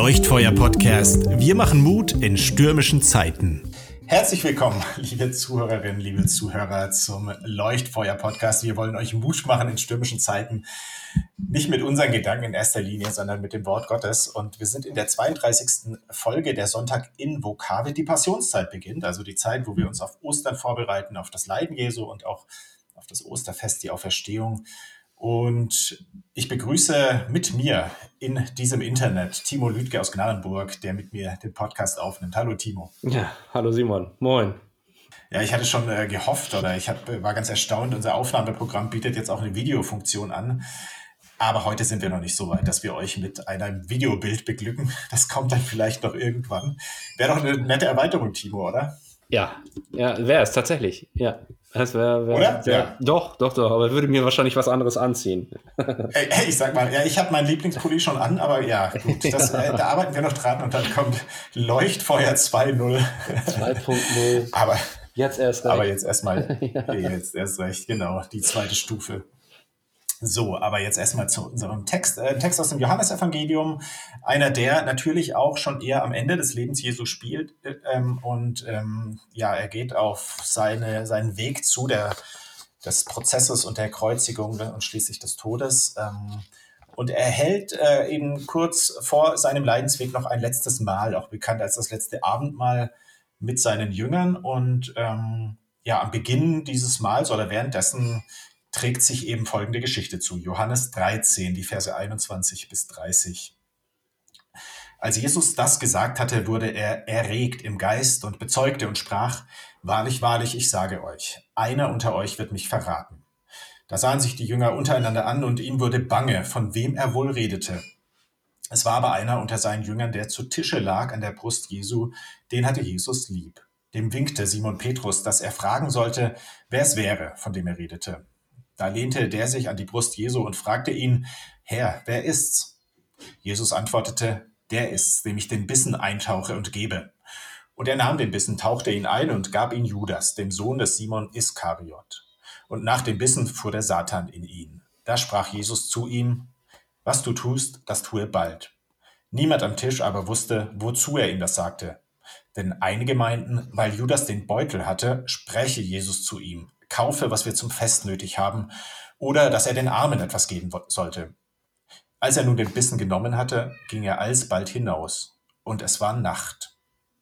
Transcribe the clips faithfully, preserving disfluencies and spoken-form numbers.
Leuchtfeuer-Podcast. Wir machen Mut in stürmischen Zeiten. Herzlich willkommen, liebe Zuhörerinnen, liebe Zuhörer, zum Leuchtfeuer-Podcast. Wir wollen euch Mut machen in stürmischen Zeiten. Nicht mit unseren Gedanken in erster Linie, sondern mit dem Wort Gottes. Und wir sind in der zweiunddreißigsten Folge. Der Sonntag in Vokabel. Die Passionszeit beginnt, also die Zeit, wo wir uns auf Ostern vorbereiten, auf das Leiden Jesu und auch auf das Osterfest, die Auferstehung. Und ich begrüße mit mir in diesem Internet Timo Lüdke aus Gnarrenburg, der mit mir den Podcast aufnimmt. Hallo Timo. Ja, hallo Simon. Moin. Ja, ich hatte schon äh, gehofft oder ich hab, war ganz erstaunt, unser Aufnahmeprogramm bietet jetzt auch eine Videofunktion an. Aber heute sind wir noch nicht so weit, dass wir euch mit einem Videobild beglücken. Das kommt dann vielleicht noch irgendwann. Wäre doch eine nette Erweiterung, Timo, oder? Ja, ja, wäre es tatsächlich. Ja, das wäre. Wär, Oder? Wär, ja. Doch, doch, doch. Aber würde mir wahrscheinlich was anderes anziehen. Hey, hey, ich sag mal, ja, ich habe meinen Lieblingspulli schon an, aber ja, gut, das, äh, da arbeiten wir noch dran und dann kommt Leuchtfeuer zwei Punkt null. zwei Punkt null. aber jetzt erst recht. Aber jetzt erstmal, ja. jetzt erst recht, genau, die zweite Stufe. So, aber jetzt erstmal zu unserem Text. Äh, Text aus dem Johannesevangelium, einer, der natürlich auch schon eher am Ende des Lebens Jesu spielt. Ähm, und ähm, ja, er geht auf seine, seinen Weg zu der, des Prozesses und der Kreuzigung und schließlich des Todes. Ähm, und er hält äh, eben kurz vor seinem Leidensweg noch ein letztes Mahl, auch bekannt als das letzte Abendmahl mit seinen Jüngern. Und ähm, ja, am Beginn dieses Mahls oder währenddessen trägt sich eben folgende Geschichte zu. Johannes dreizehn, die Verse einundzwanzig bis dreißig. Als Jesus das gesagt hatte, wurde er erregt im Geist und bezeugte und sprach: Wahrlich, wahrlich, ich sage euch, einer unter euch wird mich verraten. Da sahen sich die Jünger untereinander an und ihm wurde bange, von wem er wohl redete. Es war aber einer unter seinen Jüngern, der zu Tische lag an der Brust Jesu, den hatte Jesus lieb. Dem winkte Simon Petrus, dass er fragen sollte, wer es wäre, von dem er redete. Da lehnte der sich an die Brust Jesu und fragte ihn: Herr, wer ist's? Jesus antwortete: Der ist's, dem ich den Bissen eintauche und gebe. Und er nahm den Bissen, tauchte ihn ein und gab ihn Judas, dem Sohn des Simon Iskariot. Und nach dem Bissen fuhr der Satan in ihn. Da sprach Jesus zu ihm: Was du tust, das tue bald. Niemand am Tisch aber wusste, wozu er ihm das sagte. Denn einige meinten, weil Judas den Beutel hatte, spräche Jesus zu ihm: Kaufe, was wir zum Fest nötig haben, oder dass er den Armen etwas geben sollte. Als er nun den Bissen genommen hatte, ging er alsbald hinaus, und es war Nacht.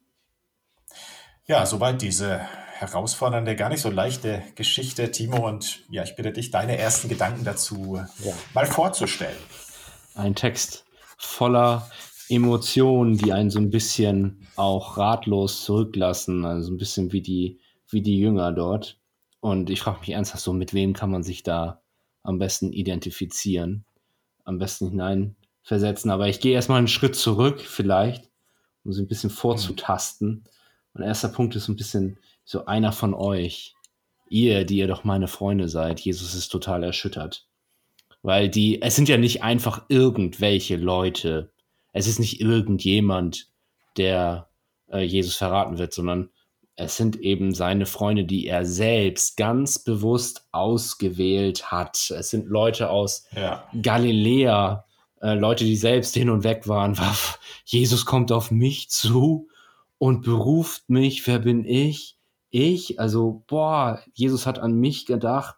Ja, soweit diese herausfordernde, gar nicht so leichte Geschichte, Timo, und ja, ich bitte dich, deine ersten Gedanken dazu ja. mal vorzustellen. Ein Text voller Emotionen, die einen so ein bisschen auch ratlos zurücklassen, also ein bisschen wie die, wie die Jünger dort. Und ich frage mich ernsthaft so, mit wem kann man sich da am besten identifizieren, am besten hineinversetzen. Aber ich gehe erstmal einen Schritt zurück vielleicht, um sie ein bisschen vorzutasten. Mein erster Punkt ist ein bisschen so: einer von euch, ihr, die ihr doch meine Freunde seid. Jesus ist total erschüttert. Weil die, es sind ja nicht einfach irgendwelche Leute. Es ist nicht irgendjemand, der äh, Jesus verraten wird, sondern es sind eben seine Freunde, die er selbst ganz bewusst ausgewählt hat. Es sind Leute aus ja. Galiläa, äh, Leute, die selbst hin und weg waren. Jesus kommt auf mich zu und beruft mich. Wer bin ich? Ich? Also, boah, Jesus hat an mich gedacht.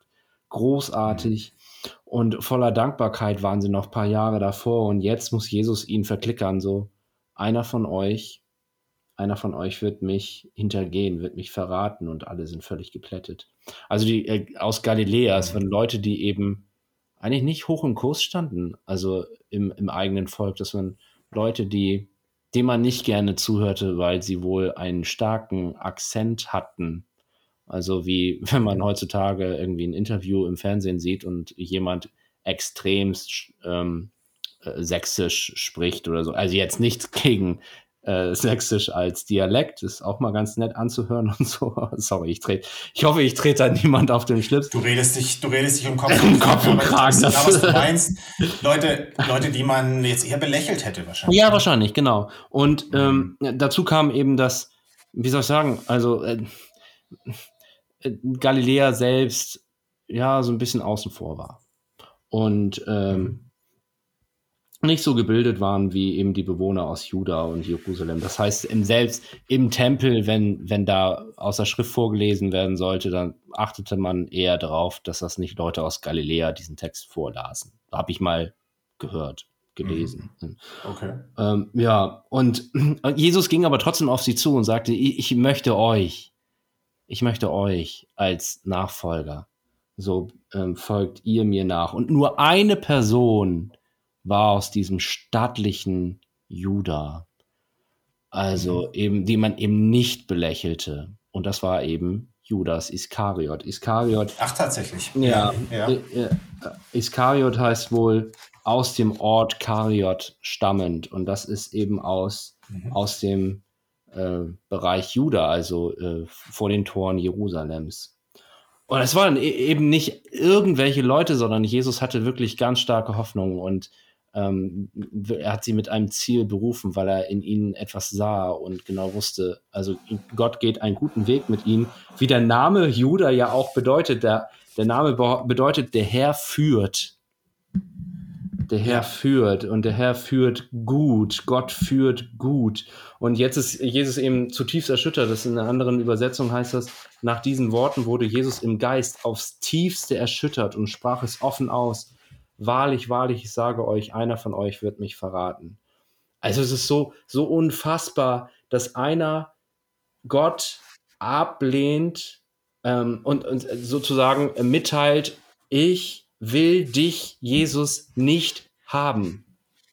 Großartig. Mhm. Und voller Dankbarkeit waren sie noch ein paar Jahre davor. Und jetzt muss Jesus ihnen verklickern. So, einer von euch, Einer von euch wird mich hintergehen, wird mich verraten, und alle sind völlig geplättet. Also die äh, aus Galiläa, es waren Leute, die eben eigentlich nicht hoch im Kurs standen, also im, im eigenen Volk. Das waren Leute, die, denen man nicht gerne zuhörte, weil sie wohl einen starken Akzent hatten. Also wie wenn man heutzutage irgendwie ein Interview im Fernsehen sieht und jemand extremst ähm, äh, sächsisch spricht oder so. Also jetzt nichts gegen Äh, Sächsisch als Dialekt, ist auch mal ganz nett anzuhören und so. Sorry, ich trete, ich hoffe, ich trete da niemand auf den Schlips. Du redest dich, du redest dich um Kopf und Kopf und Kragen. Das, was du meinst, Leute, Leute, die man jetzt eher belächelt hätte wahrscheinlich. Ja, wahrscheinlich, genau. Und mhm. ähm, dazu kam eben das, wie soll ich sagen, also äh, äh, Galiläa selbst ja so ein bisschen außen vor war. Und ähm, mhm. nicht so gebildet waren wie eben die Bewohner aus Juda und Jerusalem. Das heißt, im selbst im Tempel, wenn, wenn da aus der Schrift vorgelesen werden sollte, dann achtete man eher darauf, dass das nicht Leute aus Galiläa diesen Text vorlasen. Habe ich mal gehört, gelesen. Mhm. Okay. Ähm, ja, und Jesus ging aber trotzdem auf sie zu und sagte, ich, ich möchte euch, ich möchte euch als Nachfolger, so ähm, folgt ihr mir nach. Und nur eine Person war aus diesem stattlichen Juda, also mhm. eben, die man eben nicht belächelte. Und das war eben Judas Iskariot. Iskariot. Ach, tatsächlich. Ja, ja. Äh, äh, Iskariot heißt wohl aus dem Ort Kariot stammend. Und das ist eben aus, mhm. aus dem äh, Bereich Juda, also äh, vor den Toren Jerusalems. Und es waren eben nicht irgendwelche Leute, sondern Jesus hatte wirklich ganz starke Hoffnung und ähm, er hat sie mit einem Ziel berufen, weil er in ihnen etwas sah und genau wusste, also Gott geht einen guten Weg mit ihnen, wie der Name Juda ja auch bedeutet. Der, der Name bedeutet, der Herr führt. Der Herr ja. führt und der Herr führt gut. Gott führt gut. Und jetzt ist Jesus eben zutiefst erschüttert. Das in einer anderen Übersetzung heißt das, nach diesen Worten wurde Jesus im Geist aufs Tiefste erschüttert und sprach es offen aus. Wahrlich, wahrlich, ich sage euch, einer von euch wird mich verraten. Also es ist so, so unfassbar, dass einer Gott ablehnt ähm, und, und sozusagen mitteilt, ich will dich, Jesus, nicht haben.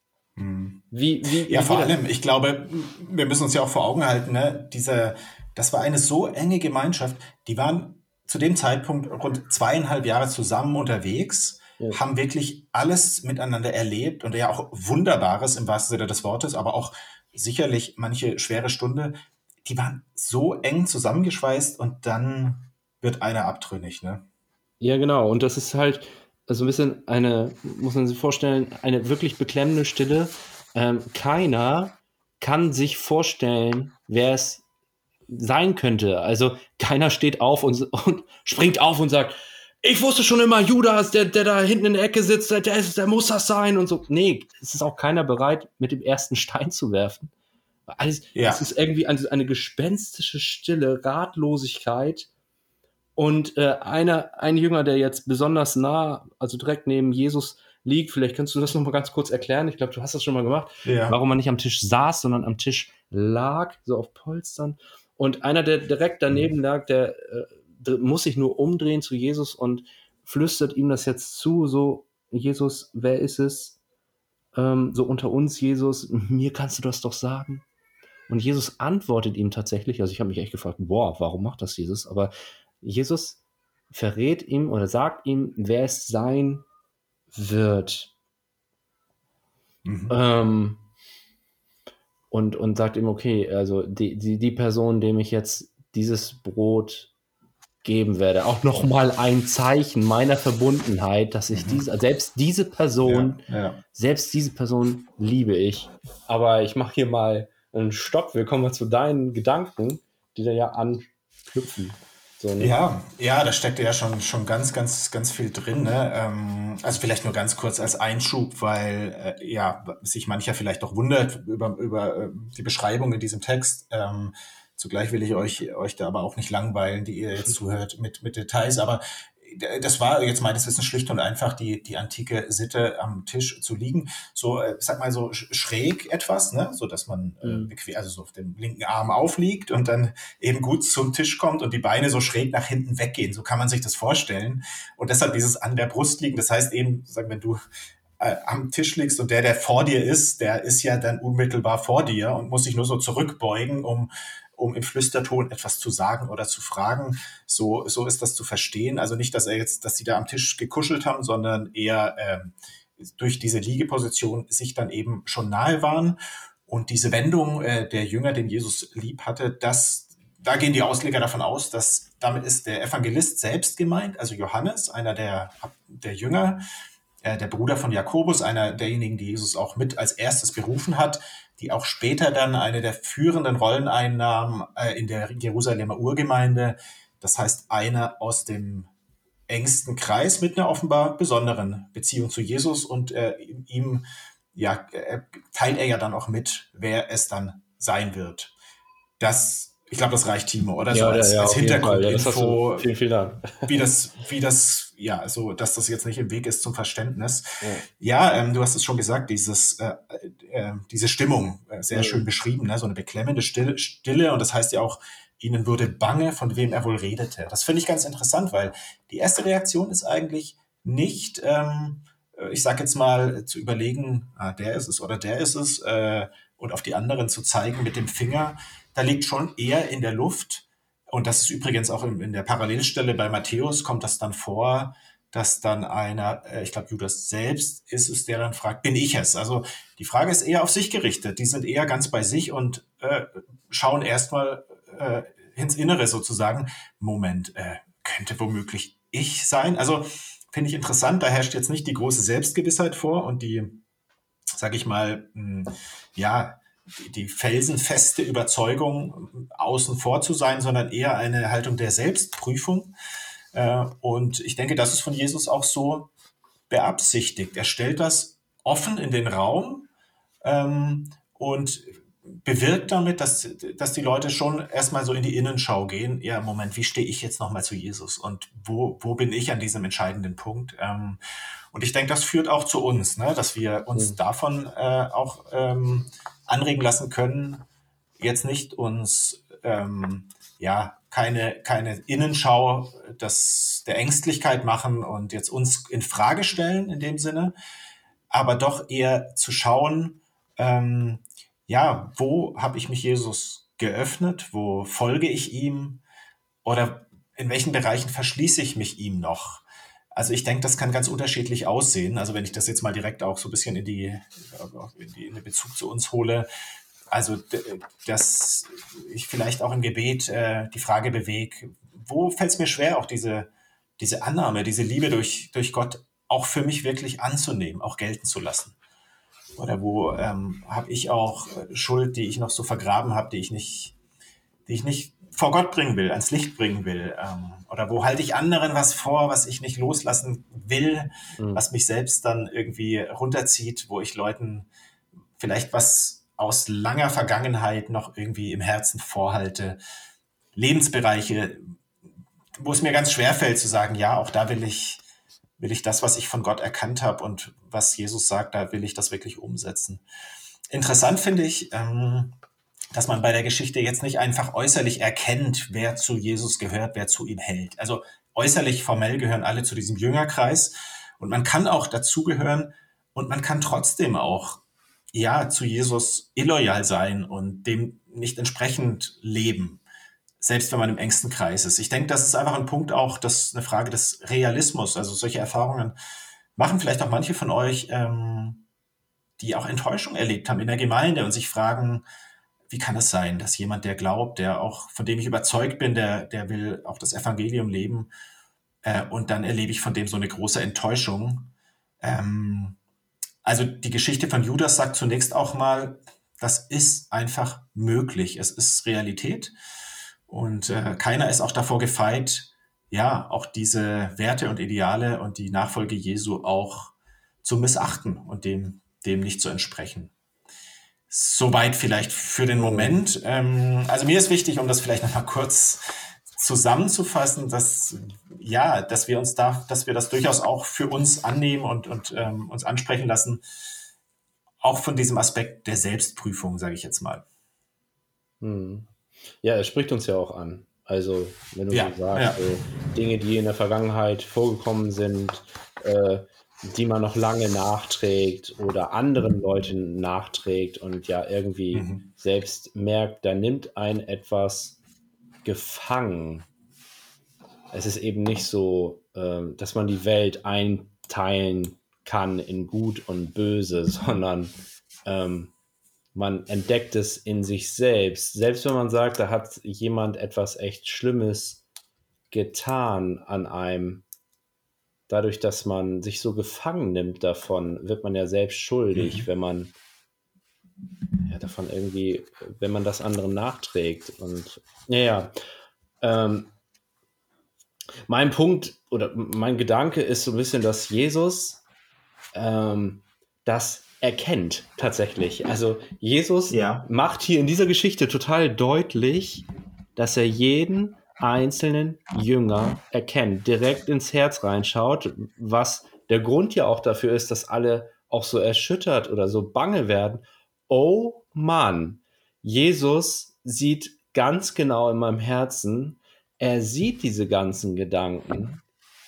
Hm. Wie, wie, ja, wie vor allem, ich glaube, wir müssen uns ja auch vor Augen halten, ne? Diese, das war eine so enge Gemeinschaft, die waren zu dem Zeitpunkt rund zweieinhalb Jahre zusammen unterwegs, ja. haben wirklich alles miteinander erlebt und ja auch Wunderbares im wahrsten Sinne des Wortes, aber auch sicherlich manche schwere Stunde. Die waren so eng zusammengeschweißt und dann wird einer abtrünnig, ne? Ja, genau. Und das ist halt so ein bisschen eine, muss man sich vorstellen, eine wirklich beklemmende Stille. Ähm, keiner kann sich vorstellen, wer es sein könnte. Also keiner steht auf und, und springt auf und sagt, ich wusste schon immer, Judas, der, der da hinten in der Ecke sitzt, der, der, der muss das sein und so. Nee, es ist auch keiner bereit, mit dem ersten Stein zu werfen. Alles, ja. Es ist irgendwie eine, eine gespenstische Stille, Ratlosigkeit. Und äh, einer, ein Jünger, der jetzt besonders nah, also direkt neben Jesus liegt, vielleicht kannst du das noch mal ganz kurz erklären. Ich glaube, du hast das schon mal gemacht, ja. warum man nicht am Tisch saß, sondern am Tisch lag, so auf Polstern. Und einer, der direkt daneben lag, der äh, muss sich nur umdrehen zu Jesus und flüstert ihm das jetzt zu, so, Jesus, wer ist es? Ähm, so unter uns, Jesus, mir kannst du das doch sagen. Und Jesus antwortet ihm tatsächlich, also ich habe mich echt gefragt, boah, warum macht das Jesus? Aber Jesus verrät ihm oder sagt ihm, wer es sein wird. Mhm. Ähm, und, und sagt ihm, okay, also die, die, die Person, dem ich jetzt dieses Brot geben werde, auch nochmal ein Zeichen meiner Verbundenheit, dass ich mhm. diese, selbst diese Person, ja, ja. selbst diese Person liebe ich. Aber ich mache hier mal einen Stopp. Wir kommen mal zu deinen Gedanken, die da ja anknüpfen. So, ne? Ja, ja, da steckt ja schon, schon ganz, ganz, ganz viel drin. Ne? Ähm, also vielleicht nur ganz kurz als Einschub, weil äh, ja sich mancher vielleicht doch wundert über, über äh, die Beschreibung in diesem Text. Ähm, zugleich will ich euch, euch da aber auch nicht langweilen, die ihr jetzt zuhört mit, mit Details. Aber das war jetzt meines Wissens schlicht und einfach die, die antike Sitte, am Tisch zu liegen. So, äh, sag mal so schräg etwas, ne? So dass man äh, bequem, also so auf dem linken Arm aufliegt und dann eben gut zum Tisch kommt und die Beine so schräg nach hinten weggehen. So kann man sich das vorstellen. Und deshalb dieses an der Brust liegen. Das heißt eben, sagen, wenn du äh, am Tisch liegst und der, der vor dir ist, der ist ja dann unmittelbar vor dir und muss sich nur so zurückbeugen, um um im Flüsterton etwas zu sagen oder zu fragen. So, so ist das zu verstehen. Also nicht, dass er jetzt, dass sie da am Tisch gekuschelt haben, sondern eher ähm, durch diese Liegeposition sich dann eben schon nahe waren. Und diese Wendung äh, der Jünger, den Jesus lieb hatte, das, da gehen die Ausleger davon aus, dass damit ist der Evangelist selbst gemeint, also Johannes, einer der, der Jünger, äh, der Bruder von Jakobus, einer derjenigen, die Jesus auch mit als erstes berufen hat, die auch später dann eine der führenden Rollen einnahm äh, in der Jerusalemer Urgemeinde. Das heißt, einer aus dem engsten Kreis mit einer offenbar besonderen Beziehung zu Jesus und äh, ihm ja, äh, teilt er ja dann auch mit, wer es dann sein wird. Das, ich glaube, das reicht, Timo, oder? So Ja, als, ja, als auf jeden Fall. Ja, das hast du. Hintergrundinfo, Vielen, vielen Dank. wie das, wie das, ja, so, dass das jetzt nicht im Weg ist zum Verständnis. Ja. Ja, ähm, du hast es schon gesagt, dieses, äh, äh, diese Stimmung, äh, sehr Mhm. schön beschrieben, ne? So eine beklemmende Stille, Stille, und das heißt ja auch, ihnen wurde bange, von wem er wohl redete. Das finde ich ganz interessant, weil die erste Reaktion ist eigentlich nicht, ähm, ich sag jetzt mal, zu überlegen, ah, der ist es oder der ist es, äh, und auf die anderen zu zeigen mit dem Finger. Da liegt schon eher in der Luft, und das ist übrigens auch in, in der Parallelstelle bei Matthäus, kommt das dann vor, dass dann einer, äh, ich glaube Judas selbst ist es, der dann fragt, bin ich es? Also die Frage ist eher auf sich gerichtet. Die sind eher ganz bei sich und äh, schauen erstmal äh, ins Innere sozusagen. Moment, äh, könnte womöglich ich sein? Also finde ich interessant, da herrscht jetzt nicht die große Selbstgewissheit vor und die, sag ich mal, mh, ja, die, die felsenfeste Überzeugung, außen vor zu sein, sondern eher eine Haltung der Selbstprüfung. Äh, und ich denke, das ist von Jesus auch so beabsichtigt. Er stellt das offen in den Raum ähm, und bewirkt damit, dass, dass die Leute schon erstmal so in die Innenschau gehen. Ja, Moment, wie stehe ich jetzt nochmal zu Jesus und wo, wo bin ich an diesem entscheidenden Punkt? Ähm, und ich denke, das führt auch zu uns, ne, dass wir uns Mhm. davon äh, auch ähm, anregen lassen können, jetzt nicht uns ähm, ja keine, keine Innenschau des, der Ängstlichkeit machen und jetzt uns in Frage stellen in dem Sinne, aber doch eher zu schauen, ähm, ja, wo habe ich mich Jesus geöffnet, wo folge ich ihm oder in welchen Bereichen verschließe ich mich ihm noch? Also ich denke, das kann ganz unterschiedlich aussehen. Also wenn ich das jetzt mal direkt auch so ein bisschen in die, in, die, in den Bezug zu uns hole, also dass ich vielleicht auch im Gebet äh, die Frage bewege, wo fällt es mir schwer, auch diese, diese Annahme, diese Liebe durch, durch Gott auch für mich wirklich anzunehmen, auch gelten zu lassen? Oder wo ähm, habe ich auch Schuld, die ich noch so vergraben habe, die ich nicht, die ich nicht vor Gott bringen will, ans Licht bringen will? Ähm, oder wo halte ich anderen was vor, was ich nicht loslassen will, Mhm. was mich selbst dann irgendwie runterzieht, wo ich Leuten vielleicht was aus langer Vergangenheit noch irgendwie im Herzen vorhalte? Lebensbereiche, wo es mir ganz schwer fällt zu sagen, ja, auch da will ich, will ich das, was ich von Gott erkannt habe und was Jesus sagt, da will ich das wirklich umsetzen. Interessant finde ich, ähm, dass man bei der Geschichte jetzt nicht einfach äußerlich erkennt, wer zu Jesus gehört, wer zu ihm hält. Also äußerlich, formell gehören alle zu diesem Jüngerkreis und man kann auch dazugehören und man kann trotzdem auch ja zu Jesus illoyal sein und dem nicht entsprechend leben, selbst wenn man im engsten Kreis ist. Ich denke, das ist einfach ein Punkt auch, das ist eine Frage des Realismus. Also solche Erfahrungen machen vielleicht auch manche von euch, ähm, die auch Enttäuschung erlebt haben in der Gemeinde und sich fragen, wie kann es sein, dass jemand, der glaubt, der auch, von dem ich überzeugt bin, der, der will auch das Evangelium leben, äh, und dann erlebe ich von dem so eine große Enttäuschung. Ähm, also die Geschichte von Judas sagt zunächst auch mal, das ist einfach möglich. Es ist Realität und äh, keiner ist auch davor gefeit, ja, auch diese Werte und Ideale und die Nachfolge Jesu auch zu missachten und dem, dem nicht zu entsprechen. Soweit vielleicht für den Moment. Ähm, also mir ist wichtig, um das vielleicht noch mal kurz zusammenzufassen, dass ja, dass wir uns da, dass wir das durchaus auch für uns annehmen und, und ähm, uns ansprechen lassen, auch von diesem Aspekt der Selbstprüfung, sage ich jetzt mal. Hm. Ja, er spricht uns ja auch an. Also, wenn du Ja, so sagst, ja. so Dinge, die in der Vergangenheit vorgekommen sind, äh, die man noch lange nachträgt oder anderen Leuten nachträgt und ja irgendwie Mhm. selbst merkt, da nimmt ein etwas gefangen. Es ist eben nicht so, äh, dass man die Welt einteilen kann in Gut und Böse, sondern ähm, man entdeckt es in sich selbst. Selbst wenn man sagt, da hat jemand etwas echt Schlimmes getan an einem, dadurch, dass man sich so gefangen nimmt davon, wird man ja selbst schuldig, Mhm. wenn man ja, davon irgendwie, wenn man das anderen nachträgt. Und ja, ja. Ähm, mein Punkt oder mein Gedanke ist so ein bisschen, dass Jesus ähm, das erkennt tatsächlich. Also Jesus Ja. macht hier in dieser Geschichte total deutlich, dass er jeden einzelnen Jünger erkennt, direkt ins Herz reinschaut, was der Grund ja auch dafür ist, dass alle auch so erschüttert oder so bange werden. Oh Mann, Jesus sieht ganz genau in meinem Herzen, er sieht diese ganzen Gedanken.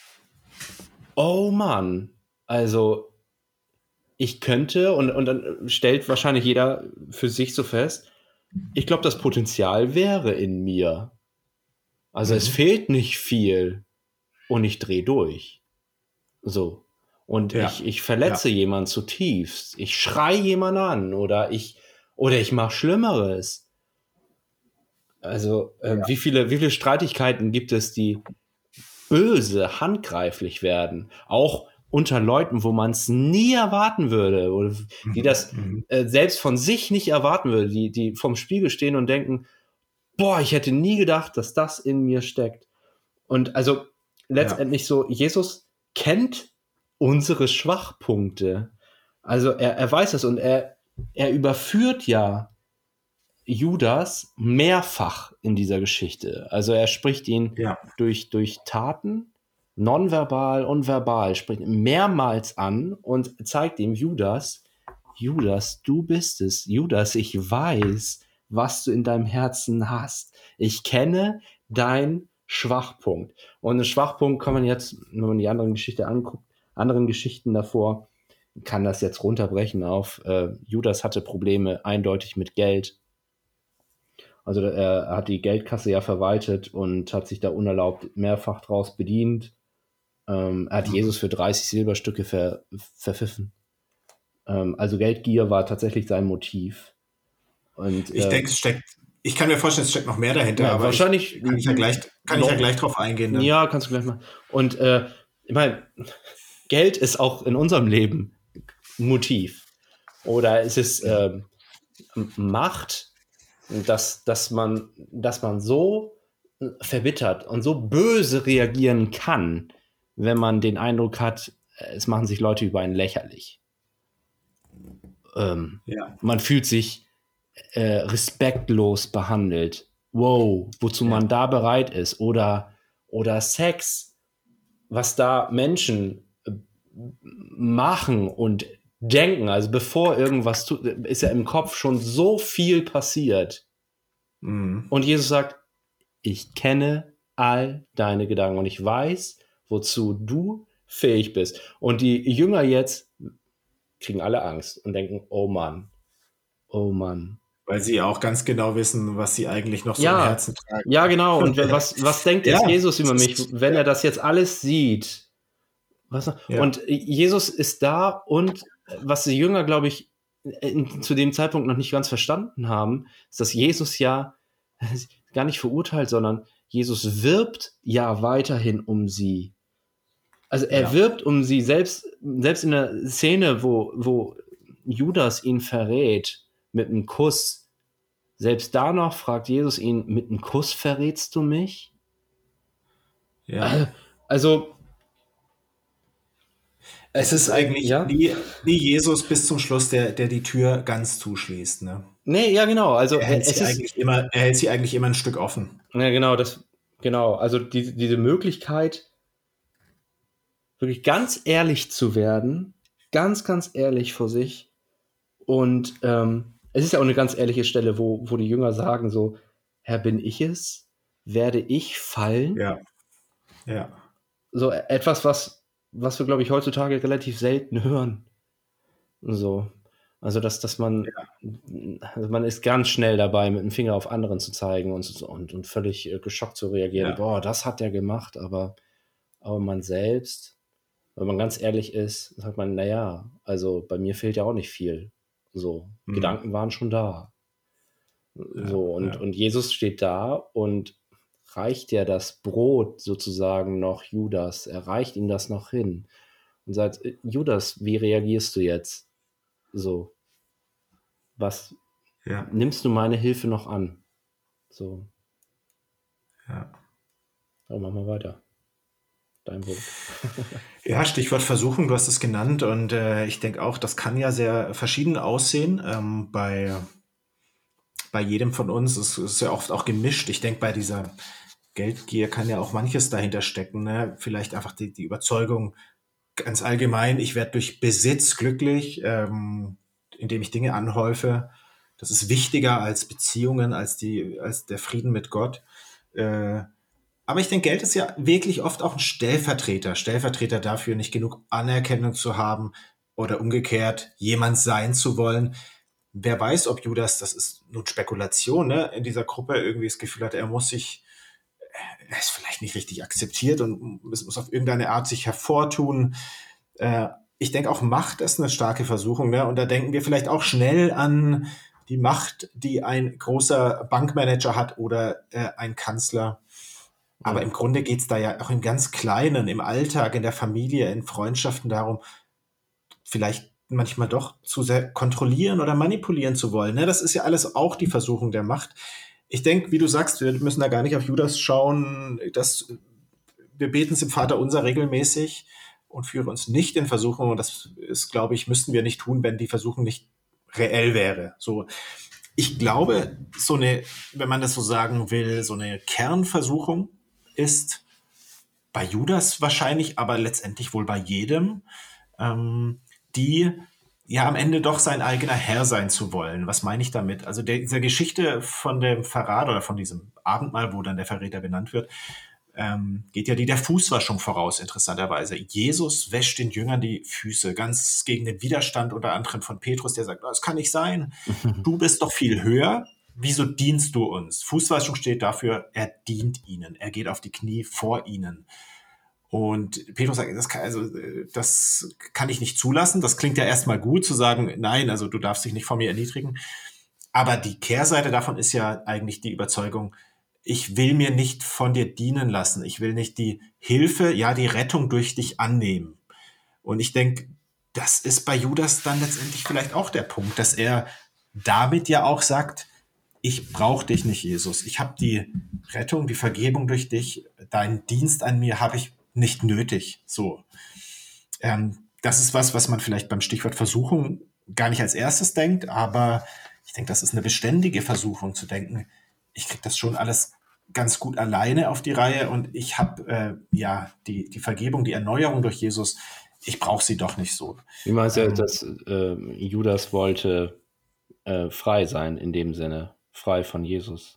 Oh Mann, also ich könnte, und, und dann stellt wahrscheinlich jeder für sich so fest, ich glaube, das Potenzial wäre in mir. Also mhm. es fehlt nicht viel und ich drehe durch. So. Und ja. ich, ich verletze ja. jemanden zutiefst. Ich schreie jemanden an oder ich, oder ich mache Schlimmeres. Also äh, ja. wie viele, wie viele Streitigkeiten gibt es, die böse, handgreiflich werden? Auch unter Leuten, wo man es nie erwarten würde, oder die das mhm. äh, selbst von sich nicht erwarten würde, die, die vorm Spiegel stehen und denken, boah, ich hätte nie gedacht, dass das in mir steckt. Und also letztendlich ja. so, Jesus kennt unsere Schwachpunkte. Also er, er weiß es und er, er überführt ja Judas mehrfach in dieser Geschichte. Also er spricht ihn ja. durch, durch Taten, nonverbal und verbal, spricht ihn mehrmals an und zeigt ihm Judas, Judas, du bist es. Judas, ich weiß, was du in deinem Herzen hast. Ich kenne dein Schwachpunkt. Und einen Schwachpunkt kann man jetzt, wenn man die anderen Geschichte anguckt, anderen Geschichten davor, kann das jetzt runterbrechen auf, äh, Judas hatte Probleme eindeutig mit Geld. Also er hat die Geldkasse ja verwaltet und hat sich da unerlaubt mehrfach draus bedient. Ähm, er hat mhm. Jesus für dreißig Silberstücke ver, verpfiffen. Ähm, also Geldgier war tatsächlich sein Motiv. Und, ich äh, denke, es steckt, ich kann mir vorstellen, es steckt noch mehr dahinter, ja, aber wahrscheinlich ich, kann ich ja gleich, kann noch, ich ja gleich drauf eingehen. Dann. Ja, kannst du gleich mal. Und äh, ich meine, Geld ist auch in unserem Leben Motiv. Oder es ist äh, Macht, dass, dass, man, dass man so verbittert und so böse reagieren kann, wenn man den Eindruck hat, es machen sich Leute über einen lächerlich. Ähm, ja. Man fühlt sich äh, respektlos behandelt. Wow, wozu ja. man da bereit ist. Oder, oder Sex, was da Menschen äh, machen und denken. Also bevor irgendwas tut, ist ja im Kopf schon so viel passiert. Mhm. Und Jesus sagt, ich kenne all deine Gedanken und ich weiß, wozu du fähig bist. Und die Jünger jetzt kriegen alle Angst und denken, oh Mann, oh Mann. Weil sie auch ganz genau wissen, was sie eigentlich noch so ja, im Herzen tragen. Ja, genau. Und was, was denkt jetzt ja, Jesus über mich, wenn ja. er das jetzt alles sieht? Was, ja. Und Jesus ist da und was die Jünger, glaube ich, in, zu dem Zeitpunkt noch nicht ganz verstanden haben, ist, dass Jesus ja gar nicht verurteilt, sondern Jesus wirbt ja weiterhin um sie. Also er ja. wirbt um sie, selbst, selbst in der Szene, wo, wo Judas ihn verrät mit einem Kuss. Selbst da noch fragt Jesus ihn, mit einem Kuss verrätst du mich? Ja. Also es, es ist eigentlich ja? nie, nie Jesus bis zum Schluss, der, der die Tür ganz zuschließt. Ne? Nee, ja genau. Also er hält, es sie ist, eigentlich immer, er hält sie eigentlich immer ein Stück offen. Ja genau, das, genau. Also die, diese Möglichkeit, wirklich ganz ehrlich zu werden, ganz, ganz ehrlich vor sich. Und ähm, es ist ja auch eine ganz ehrliche Stelle, wo, wo die Jünger sagen so, Herr, bin ich es? Werde ich fallen? Ja, ja. So etwas, was, was wir, glaube ich, heutzutage relativ selten hören. So. Also, dass, dass man, ja. also man ist ganz schnell dabei, mit dem Finger auf anderen zu zeigen und, und, und völlig äh, geschockt zu reagieren. Ja. Boah, das hat der gemacht, aber, aber man selbst, wenn man ganz ehrlich ist, sagt man, naja, also bei mir fehlt ja auch nicht viel. So, mhm. Gedanken waren schon da. Ja, so, und, ja. und Jesus steht da und reicht ja das Brot sozusagen noch Judas. Er reicht ihm das noch hin und sagt, Judas, wie reagierst du jetzt? So, was, ja. nimmst du meine Hilfe noch an? So. Ja. Aber machen wir weiter. dein Wort. Ja, Stichwort Versuchung, du hast es genannt und äh, ich denke auch, das kann ja sehr verschieden aussehen. Ähm, bei, bei jedem von uns ist es ja oft auch gemischt. Ich denke, bei dieser Geldgier kann ja auch manches dahinter stecken. Ne? Vielleicht einfach die, die Überzeugung ganz allgemein, ich werde durch Besitz glücklich, ähm, indem ich Dinge anhäufe. Das ist wichtiger als Beziehungen, als, die, als der Frieden mit Gott. Äh, aber ich denke, Geld ist ja wirklich oft auch ein Stellvertreter. Stellvertreter dafür, nicht genug Anerkennung zu haben oder umgekehrt jemand sein zu wollen. Wer weiß, ob Judas, das ist nun Spekulation, ne, in dieser Gruppe irgendwie das Gefühl hat, er muss sich, er ist vielleicht nicht richtig akzeptiert und es muss auf irgendeine Art sich hervortun. Äh, ich denke auch Macht ist eine starke Versuchung, ne? Und da denken wir vielleicht auch schnell an die Macht, die ein großer Bankmanager hat oder äh, ein Kanzler. Aber im Grunde geht es da ja auch im ganz Kleinen, im Alltag, in der Familie, in Freundschaften darum, vielleicht manchmal doch zu sehr kontrollieren oder manipulieren zu wollen. Ne? Das ist ja alles auch die Versuchung der Macht. Ich denke, wie du sagst, wir müssen da gar nicht auf Judas schauen. Das, wir beten es im Vater unser regelmäßig und führen uns nicht in Versuchung. Und das ist, glaube ich, müssten wir nicht tun, wenn die Versuchung nicht reell wäre. So, ich glaube, so eine, wenn man das so sagen will, so eine Kernversuchung ist bei Judas wahrscheinlich, aber letztendlich wohl bei jedem, ähm, die ja am Ende doch sein eigener Herr sein zu wollen. Was meine ich damit? Also der, dieser Geschichte von dem Verrat oder von diesem Abendmahl, wo dann der Verräter benannt wird, ähm, geht ja die der Fußwaschung voraus, interessanterweise. Jesus wäscht den Jüngern die Füße, ganz gegen den Widerstand unter anderem von Petrus, der sagt, das kann nicht sein, du bist doch viel höher, wieso dienst du uns? Fußwaschung steht dafür, er dient ihnen, er geht auf die Knie vor ihnen. Und Petrus sagt, das kann, also, das kann ich nicht zulassen. Das klingt ja erstmal gut zu sagen, nein, also du darfst dich nicht vor mir erniedrigen. Aber die Kehrseite davon ist ja eigentlich die Überzeugung, ich will mir nicht von dir dienen lassen. Ich will nicht die Hilfe, ja, die Rettung durch dich annehmen. Und ich denke, das ist bei Judas dann letztendlich vielleicht auch der Punkt, dass er damit ja auch sagt, ich brauche dich nicht, Jesus. Ich habe die Rettung, die Vergebung durch dich, deinen Dienst an mir habe ich nicht nötig. So, ähm, das ist was, was man vielleicht beim Stichwort Versuchung gar nicht als erstes denkt, aber ich denke, das ist eine beständige Versuchung zu denken, ich kriege das schon alles ganz gut alleine auf die Reihe und ich habe äh, ja die, die Vergebung, die Erneuerung durch Jesus, ich brauche sie doch nicht so. Wie meinst du, ähm, dass äh, Judas wollte äh, frei sein in dem Sinne, frei von Jesus?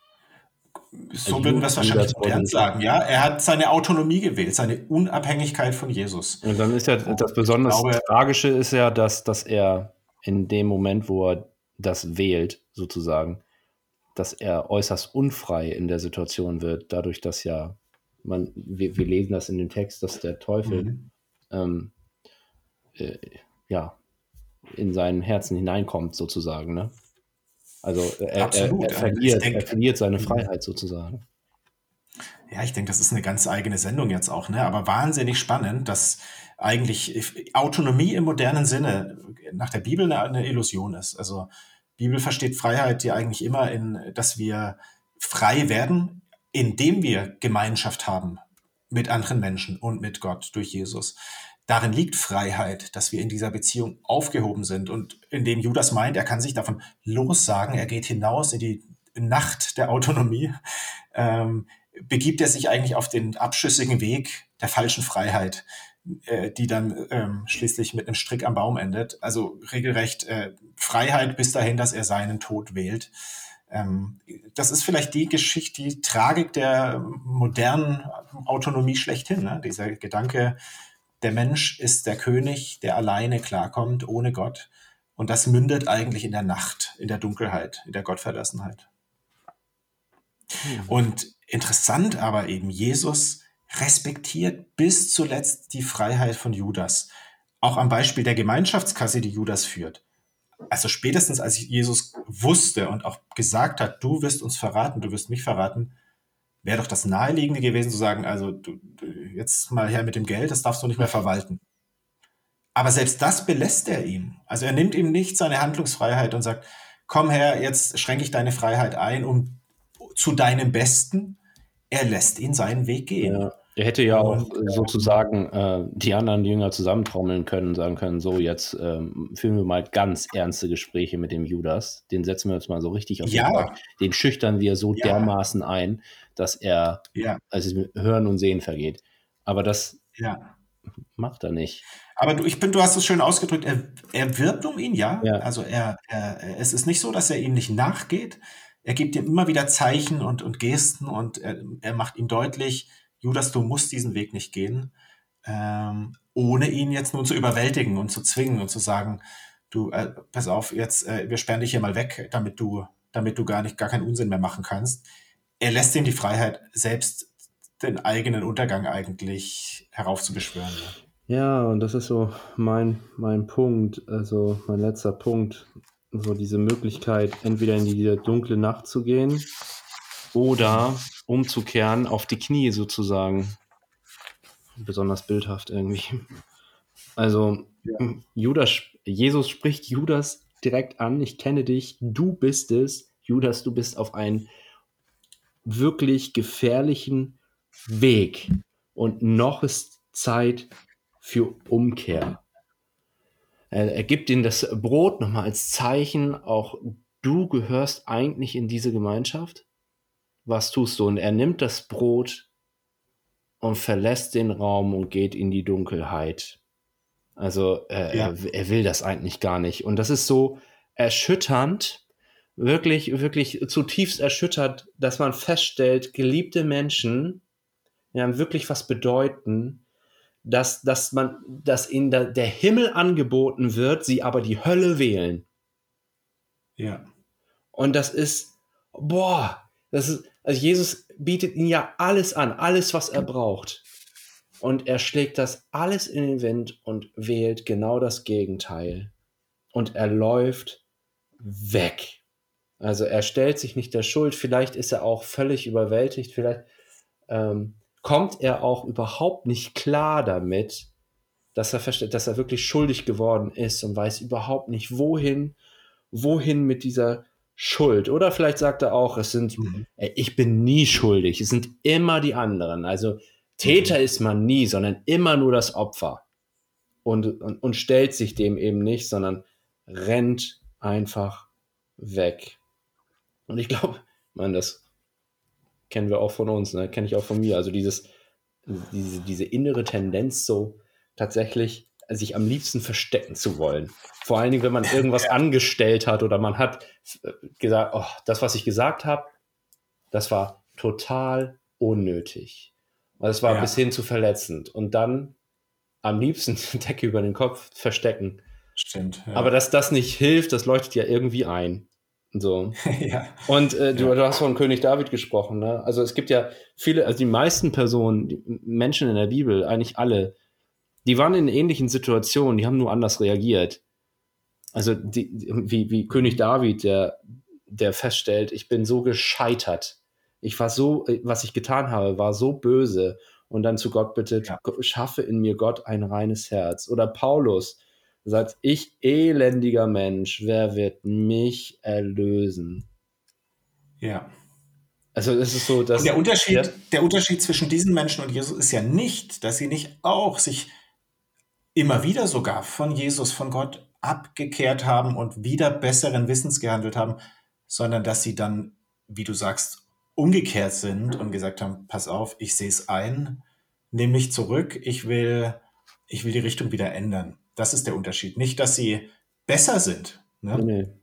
So würden wir es wahrscheinlich modern sagen, ja. Er hat seine Autonomie gewählt, seine Unabhängigkeit von Jesus. Und dann ist ja das besonders glaube, Tragische ist ja, dass, dass er in dem Moment, wo er das wählt, sozusagen, dass er äußerst unfrei in der Situation wird, dadurch, dass ja, man, wir, wir lesen das in dem Text, dass der Teufel mhm. ähm, äh, ja, in sein Herzen hineinkommt, sozusagen, ne? Also er, er, er, verliert, denke, er verliert seine Freiheit sozusagen. Ja, ich denke, das ist eine ganz eigene Sendung jetzt auch, ne? Aber wahnsinnig spannend, dass eigentlich Autonomie im modernen Sinne nach der Bibel eine, eine Illusion ist. Also Bibel versteht Freiheit ja eigentlich immer in, dass wir frei werden, indem wir Gemeinschaft haben mit anderen Menschen und mit Gott durch Jesus. Darin liegt Freiheit, dass wir in dieser Beziehung aufgehoben sind. Und indem Judas meint, er kann sich davon lossagen, er geht hinaus in die Nacht der Autonomie, ähm, begibt er sich eigentlich auf den abschüssigen Weg der falschen Freiheit, äh, die dann ähm, schließlich mit einem Strick am Baum endet. Also regelrecht äh, Freiheit bis dahin, dass er seinen Tod wählt. Ähm, das ist vielleicht die Geschichte, die Tragik der modernen Autonomie schlechthin, ne? Dieser Gedanke, der Mensch ist der König, der alleine klarkommt, ohne Gott. Und das mündet eigentlich in der Nacht, in der Dunkelheit, in der Gottverlassenheit. Mhm. Und interessant aber eben, Jesus respektiert bis zuletzt die Freiheit von Judas. Auch am Beispiel der Gemeinschaftskasse, die Judas führt. Also spätestens als Jesus wusste und auch gesagt hat, du wirst uns verraten, du wirst mich verraten, wäre doch das Naheliegende gewesen zu sagen, also du, du, jetzt mal her mit dem Geld, das darfst du nicht mehr verwalten. Aber selbst das belässt er ihm. Also er nimmt ihm nicht seine Handlungsfreiheit und sagt, komm her, jetzt schränke ich deine Freiheit ein, um zu deinem Besten. Er lässt ihn seinen Weg gehen. Ja. Er hätte ja auch Und sozusagen äh, die anderen Jünger zusammentrommeln können und sagen können, so jetzt ähm, führen wir mal ganz ernste Gespräche mit dem Judas. Den setzen wir uns mal so richtig auf den Bock. ja, Den schüchtern wir so ja, dermaßen ein, dass er, ja, also Hören und Sehen vergeht. Aber das ja. macht er nicht. Aber du, ich bin, du hast es schön ausgedrückt, er, er wirbt um ihn, ja. Ja, Also er, er, es ist nicht so, dass er ihm nicht nachgeht. Er gibt ihm immer wieder Zeichen und, und Gesten und er, er macht ihm deutlich, Judas, du musst diesen Weg nicht gehen, ähm, ohne ihn jetzt nun zu überwältigen und zu zwingen und zu sagen, du, äh, pass auf, jetzt, äh, wir sperren dich hier mal weg, damit du, damit du gar nicht, gar keinen Unsinn mehr machen kannst. Er lässt ihm die Freiheit, selbst den eigenen Untergang eigentlich heraufzubeschwören. Ja. ja, und das ist so mein, mein Punkt, also mein letzter Punkt, so diese Möglichkeit, entweder in diese dunkle Nacht zu gehen oder umzukehren auf die Knie sozusagen. Besonders bildhaft irgendwie. Also Ja. Judas, Jesus spricht Judas direkt an, ich kenne dich, du bist es, Judas, du bist auf einen wirklich gefährlichen Weg und noch ist Zeit für Umkehr. Er, er gibt ihnen das Brot nochmal als Zeichen, auch du gehörst eigentlich in diese Gemeinschaft. Was tust du? Und er nimmt das Brot und verlässt den Raum und geht in die Dunkelheit. Also äh, Ja. er, er will das eigentlich gar nicht. Und das ist so erschütternd, wirklich, wirklich zutiefst erschüttert, dass man feststellt, geliebte Menschen, ja, wirklich was bedeuten, dass, dass man, dass ihnen da, der Himmel angeboten wird, sie aber die Hölle wählen. Ja. Und das ist, boah, das ist, also Jesus bietet ihnen ja alles an, alles, was er braucht. Und er schlägt das alles in den Wind und wählt genau das Gegenteil. Und er läuft weg. Also er stellt sich nicht der Schuld. Vielleicht ist er auch völlig überwältigt. Vielleicht ähm, kommt er auch überhaupt nicht klar damit, dass er versteht, dass er wirklich schuldig geworden ist und weiß überhaupt nicht, wohin, wohin mit dieser Schuld. Oder vielleicht sagt er auch, es sind, Mhm. ey, ich bin nie schuldig. Es sind immer die anderen. Also Täter ist man nie, sondern immer nur das Opfer. Und, und, und stellt sich dem eben nicht, sondern rennt einfach weg. Und ich glaube, man, das kennen wir auch von uns, ne? Kenne ich auch von mir. Also dieses, diese, diese innere Tendenz, so tatsächlich sich am liebsten verstecken zu wollen. Vor allen Dingen, wenn man irgendwas angestellt hat oder man hat gesagt, oh, das, was ich gesagt habe, das war total unnötig. Das war Ja. bis hin zu verletzend. Und dann am liebsten die Decke über den Kopf verstecken. Stimmt. Ja. Aber dass das nicht hilft, das leuchtet ja irgendwie ein. So. ja. Und äh, du, Ja. du hast von König David gesprochen, ne? Also es gibt ja viele, also die meisten Personen, die Menschen in der Bibel, eigentlich alle, die waren in ähnlichen Situationen, die haben nur anders reagiert. Also die, wie, wie König David, der, der feststellt, ich bin so gescheitert. Ich war so, was ich getan habe, war so böse. Und dann zu Gott bittet, Ja. schaffe in mir Gott ein reines Herz. Oder Paulus sagt, ich elendiger Mensch, wer wird mich erlösen? Ja. Also es ist so, dass... Und der Unterschied, ja, der Unterschied zwischen diesen Menschen und Jesus ist ja nicht, dass sie nicht auch sich immer wieder sogar von Jesus, von Gott abgekehrt haben und wieder besseren Wissens gehandelt haben, sondern dass sie dann, wie du sagst, umgekehrt sind und gesagt haben, pass auf, ich sehe es ein, nimm mich zurück, ich will, ich will die Richtung wieder ändern. Das ist der Unterschied. Nicht, dass sie besser sind. Ne? nee, nee.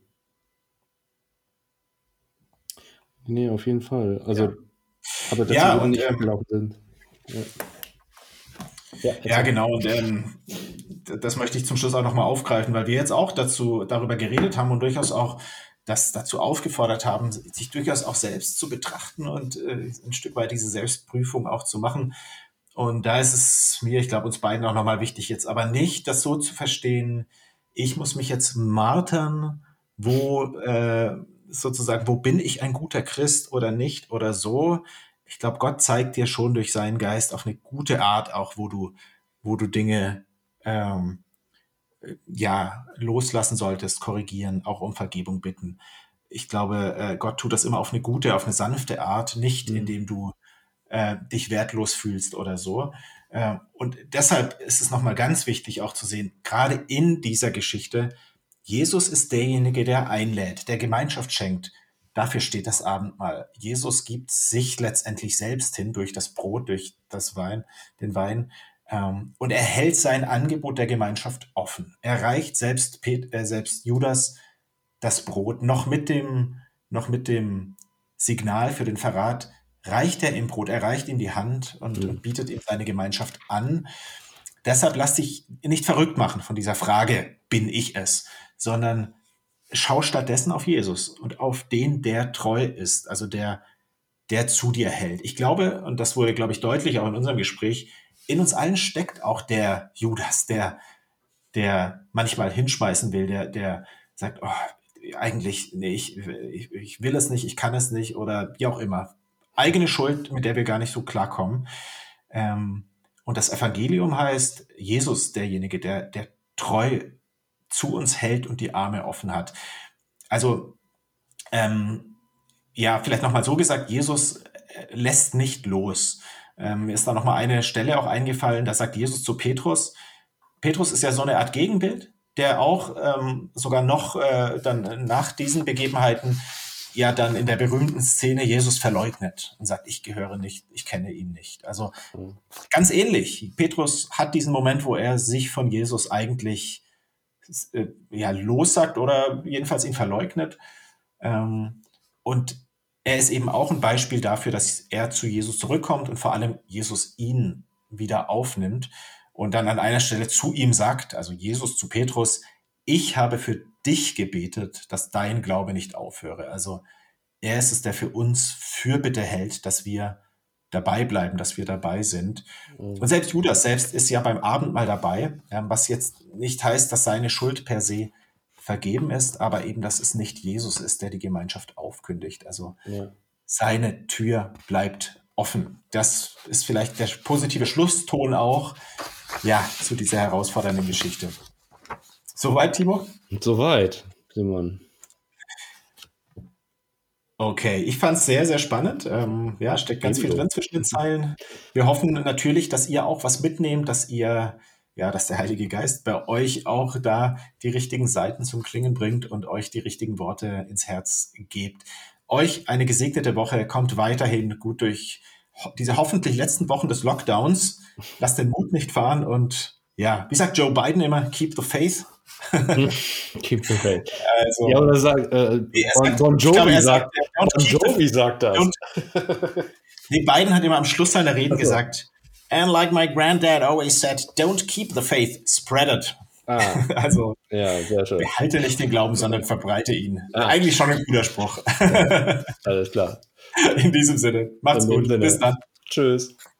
Nee, auf jeden Fall. Also, Ja. aber dass Ja, sie eben und, nicht ähm, weggelaufen sind. Ja, ja, Ja, erzähl. genau. Und ähm, d- das möchte ich zum Schluss auch nochmal aufgreifen, weil wir jetzt auch dazu darüber geredet haben und durchaus auch das dazu aufgefordert haben, sich durchaus auch selbst zu betrachten und äh, ein Stück weit diese Selbstprüfung auch zu machen. Und da ist es mir, ich glaube, uns beiden auch nochmal wichtig, jetzt aber nicht das so zu verstehen, ich muss mich jetzt martern, wo äh, sozusagen, wo bin ich ein guter Christ oder nicht oder so. Ich glaube, Gott zeigt dir schon durch seinen Geist auf eine gute Art auch, wo du, wo du Dinge ähm, ja loslassen solltest, korrigieren, auch um Vergebung bitten. Ich glaube, äh, Gott tut das immer auf eine gute, auf eine sanfte Art, nicht Mhm. indem du äh, dich wertlos fühlst oder so. Äh, und deshalb ist es nochmal ganz wichtig auch zu sehen, gerade in dieser Geschichte, Jesus ist derjenige, der einlädt, der Gemeinschaft schenkt. Dafür steht das Abendmahl. Jesus gibt sich letztendlich selbst hin durch das Brot, durch das Wein, den Wein. Ähm, und er hält sein Angebot der Gemeinschaft offen. Er reicht selbst, Pet, äh, selbst Judas das Brot noch mit dem, noch mit dem Signal für den Verrat, reicht er ihm Brot, er reicht ihm die Hand und, Mhm. und bietet ihm seine Gemeinschaft an. Deshalb lass dich nicht verrückt machen von dieser Frage, bin ich es, sondern schau stattdessen auf Jesus und auf den, der treu ist, also der, der zu dir hält. Ich glaube, und das wurde, glaube ich, deutlich auch in unserem Gespräch, in uns allen steckt auch der Judas, der, der manchmal hinschmeißen will, der, der sagt, oh, eigentlich, nee, ich, ich, ich will es nicht, ich kann es nicht oder wie auch immer. Eigene Schuld, mit der wir gar nicht so klarkommen. Ähm, und das Evangelium heißt, Jesus, derjenige, der, der treu zu uns hält und die Arme offen hat. Also, ähm, ja, vielleicht nochmal so gesagt, Jesus lässt nicht los. Ähm, mir ist da nochmal eine Stelle auch eingefallen, da sagt Jesus zu Petrus, Petrus ist ja so eine Art Gegenbild, der auch ähm, sogar noch äh, dann nach diesen Begebenheiten ja dann in der berühmten Szene Jesus verleugnet und sagt, ich gehöre nicht, ich kenne ihn nicht. Also ganz ähnlich. Petrus hat diesen Moment, wo er sich von Jesus eigentlich äh, ja, lossagt oder jedenfalls ihn verleugnet. Ähm, und er ist eben auch ein Beispiel dafür, dass er zu Jesus zurückkommt und vor allem Jesus ihn wieder aufnimmt und dann an einer Stelle zu ihm sagt, also Jesus zu Petrus, ich habe für dich gebetet, dass dein Glaube nicht aufhöre. Also er ist es, der für uns Fürbitte hält, dass wir dabei bleiben, dass wir dabei sind. Und selbst Judas selbst ist ja beim Abendmahl dabei, was jetzt nicht heißt, dass seine Schuld per se vergeben ist, aber eben, dass es nicht Jesus ist, der die Gemeinschaft aufkündigt. Also ja. Seine Tür bleibt offen. Das ist vielleicht der positive Schlusston auch, ja, zu dieser herausfordernden Geschichte. Soweit, Timo? Soweit, Simon. Okay, ich fand es sehr, sehr spannend. Ähm, ja, steckt ganz viel drin zwischen den Zeilen. Wir hoffen natürlich, dass ihr auch was mitnehmt, dass ihr, ja, dass der Heilige Geist bei euch auch da die richtigen Seiten zum Klingen bringt und euch die richtigen Worte ins Herz gebt. Euch eine gesegnete Woche, kommt weiterhin gut durch diese hoffentlich letzten Wochen des Lockdowns. Lasst den Mut nicht fahren und ja, wie sagt Joe Biden immer, keep the faith. Keep the faith. Also, ja, oder sagt, äh, Bon, bon Jovi sagt, bon Jovi sagt das. Und, nee, Biden hat immer am Schluss seiner Reden also. gesagt, and like my granddad always said, don't keep the faith, spread it. Ah. Also, ja, sehr schön. Behalte nicht den Glauben, sondern verbreite ihn. Ah. Eigentlich schon ein guter Spruch. Ja, alles klar. In diesem Sinne. Macht's gut. Sinne. Bis dann. Tschüss.